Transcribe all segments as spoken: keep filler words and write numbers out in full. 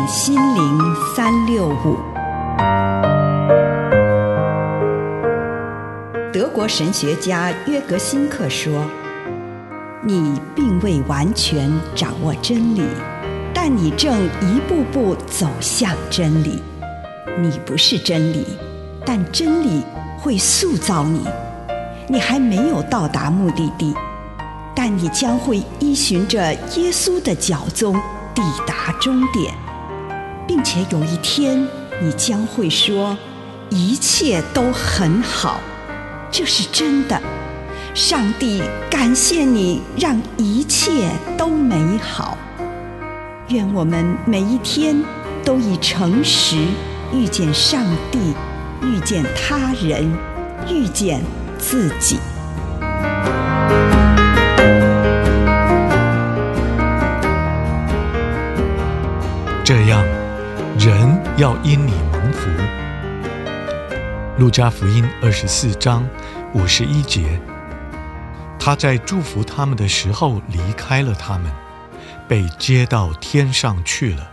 心灵三六五。德国神学家约格辛克说，你并未完全掌握真理，但你正一步步走向真理。你不是真理，但真理会塑造你。你还没有到达目的地，但你将会依循着耶稣的脚踪抵达终点，并且有一天你将会说，一切都很好。这是真的。上帝感谢你，让一切都美好。愿我们每一天都以诚实遇见上帝，遇见他人，遇见自己。 这样，人要因你蒙福。路加福音二十四章五十一节，他在祝福他们的时候离开了他们，被接到天上去了。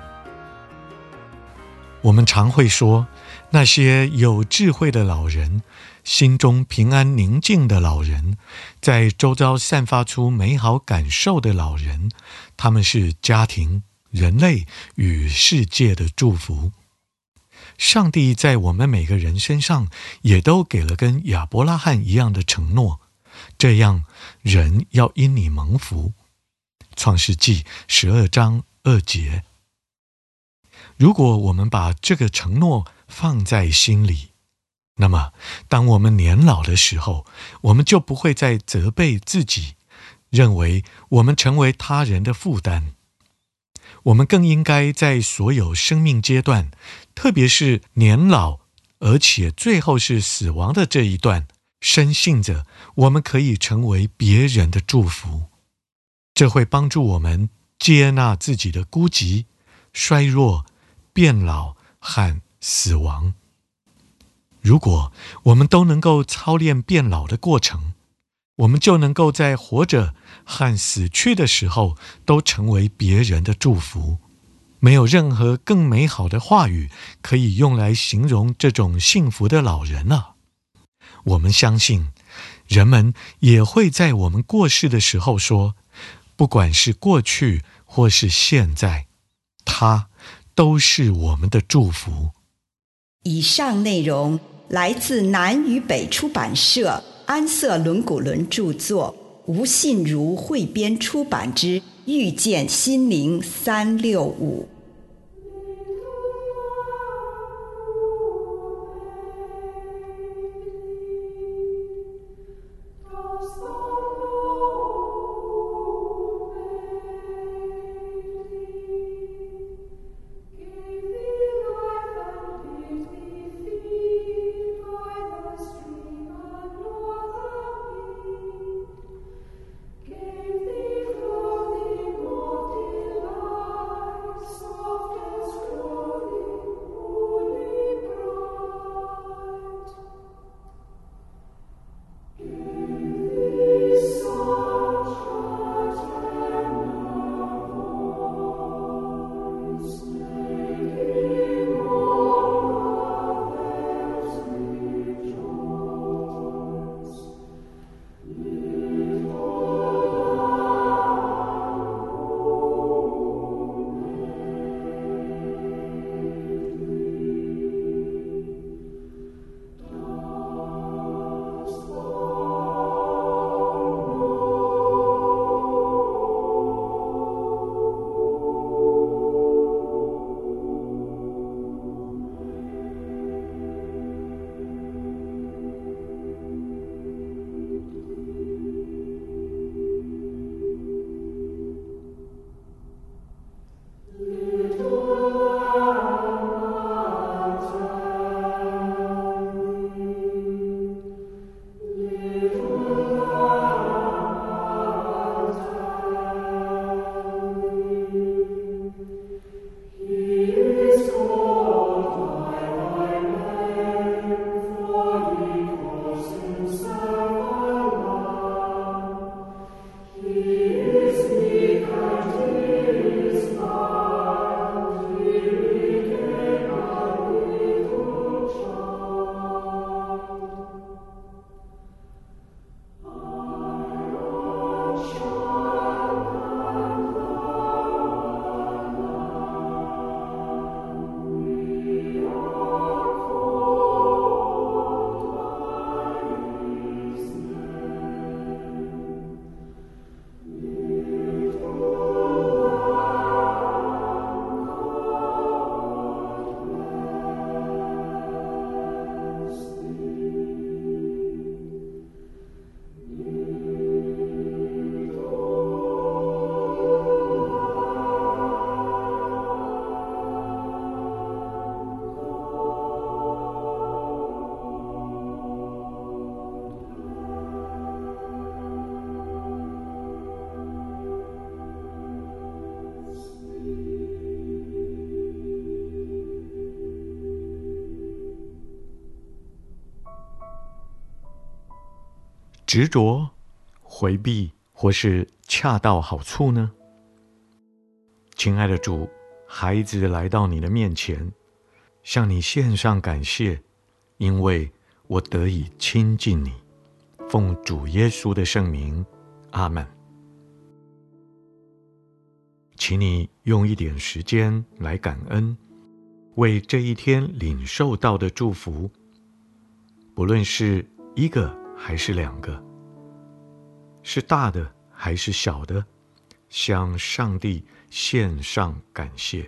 我们常会说，那些有智慧的老人，心中平安宁静的老人，在周遭散发出美好感受的老人，他们是家庭、人类与世界的祝福。上帝在我们每个人身上也都给了跟亚伯拉罕一样的承诺，这样人要因你蒙福。创世纪十二章二节。如果我们把这个承诺放在心里，那么当我们年老的时候，我们就不会再责备自己，认为我们成为他人的负担。我们更应该在所有生命阶段，特别是年老而且最后是死亡的这一段，深信着我们可以成为别人的祝福。这会帮助我们接纳自己的孤寂、衰弱、变老和死亡。如果我们都能够操练变老的过程，我们就能够在活着和死去的时候都成为别人的祝福。没有任何更美好的话语可以用来形容这种幸福的老人了。我们相信，人们也会在我们过世的时候说，不管是过去或是现在，他都是我们的祝福。 以上内容来自南与北出版社安瑟伦古伦著作，吴信如汇编出版之《遇见心灵三六五》。 So 执着、回避，或是恰到好处呢？亲爱的主，孩子来到你的面前，向你献上感谢，因为我得以亲近你。奉主耶稣的圣名，阿们。请你用一点时间来感恩，为这一天领受到的祝福，不论是一个还是两个，是大的还是小的，向上帝献上感谢。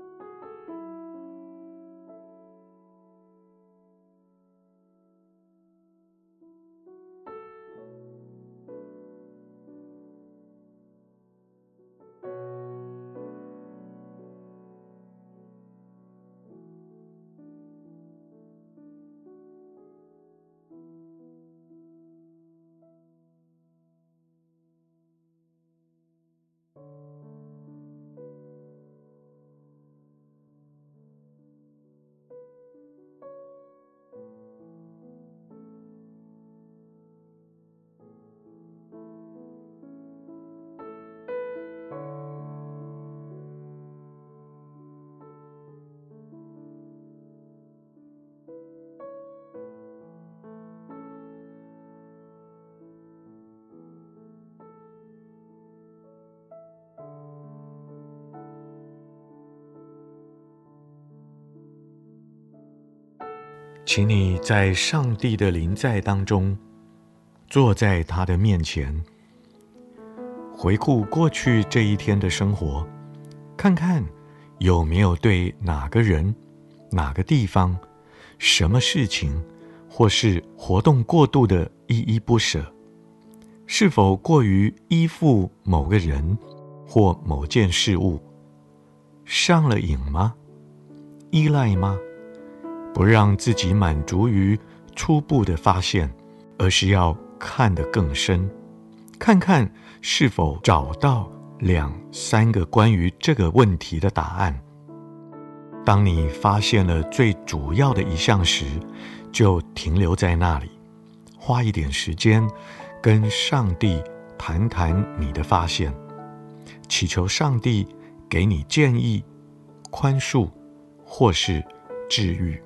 请你在上帝的临在当中，坐在他的面前，回顾过去这一天的生活，看看有没有对哪个人、哪个地方、什么事情，或是活动过度的依依不舍，是否过于依附某个人或某件事物，上了瘾吗？依赖吗？不让自己满足于初步的发现，而是要看得更深，看看是否找到两三个关于这个问题的答案。当你发现了最主要的一项时，就停留在那里，花一点时间跟上帝谈谈你的发现，祈求上帝给你建议、宽恕或是治愈。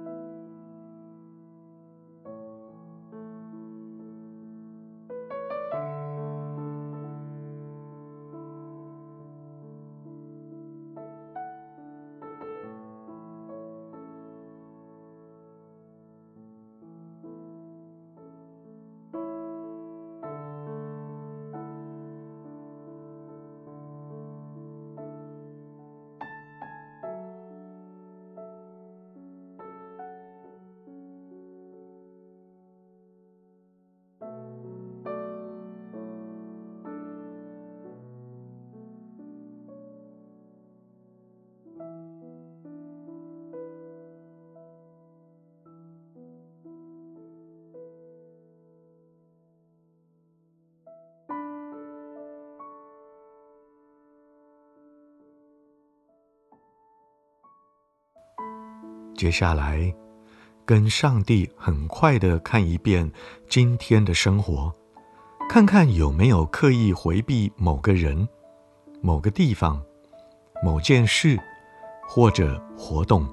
接下来，跟上帝很快地看一遍今天的生活，看看有没有刻意回避某个人、某个地方、某件事或者活动。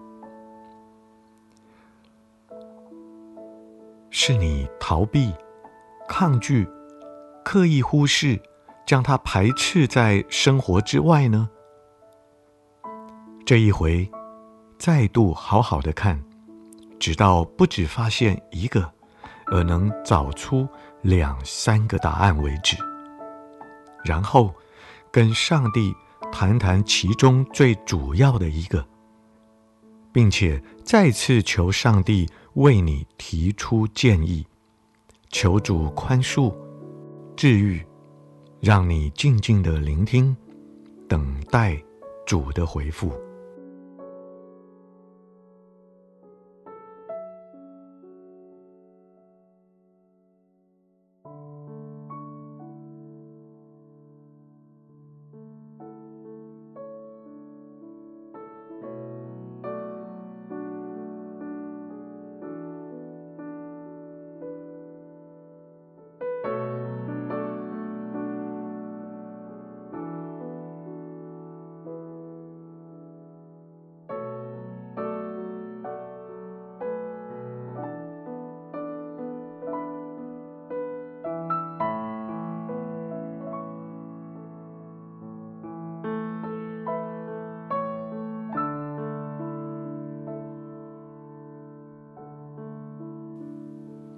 是你逃避、抗拒、刻意忽视，将它排斥在生活之外呢？这一回再度好好的看，直到不只发现一个，而能找出两三个答案为止。然后跟上帝谈谈其中最主要的一个，并且再次求上帝为你提出建议，求主宽恕、治愈，让你静静的聆听，等待主的回复。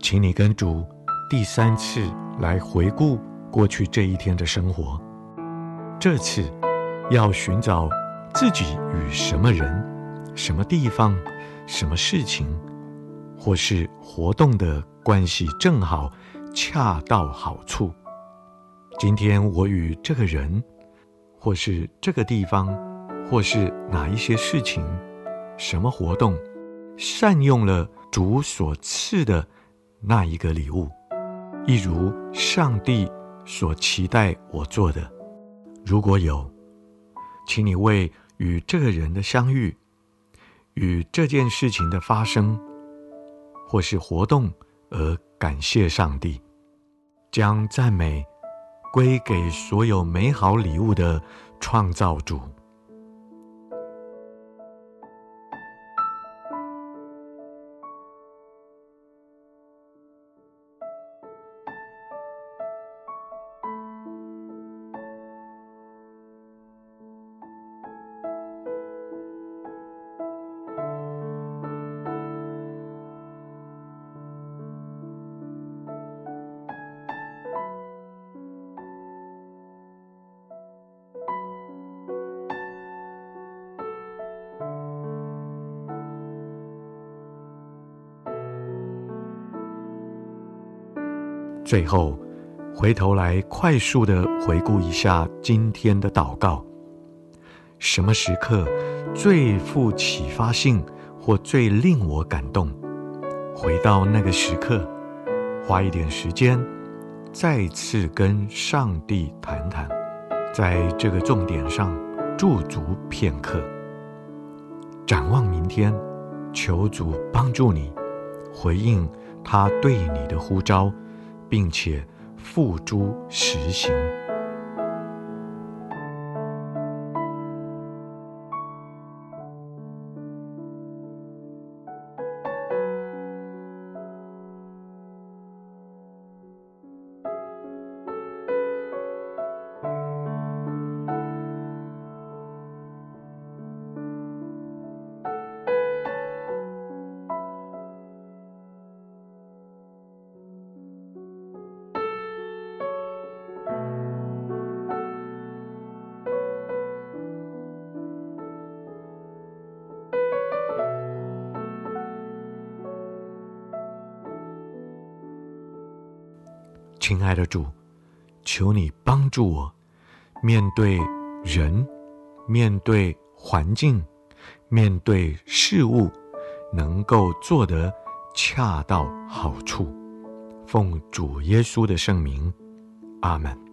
请你跟主第三次来回顾过去这一天的生活。这次要寻找自己与什么人、什么地方、什么事情，或是活动的关系正好恰到好处。今天我与这个人，或是这个地方，或是哪一些事情、什么活动，善用了主所赐的那一个礼物，一如上帝所期待我做的。如果有，请你为与这个人的相遇，与这件事情的发生，或是活动而感谢上帝，将赞美归给所有美好礼物的创造主。最后，回头来快速地回顾一下今天的祷告。什么时刻最富启发性或最令我感动？回到那个时刻，花一点时间，再次跟上帝谈谈，在这个重点上驻足片刻。展望明天，求主帮助你回应他对你的呼召，并且付诸实行。亲爱的主，求你帮助我，面对人，面对环境，面对事物，能够做得恰到好处。奉主耶稣的圣名，阿们。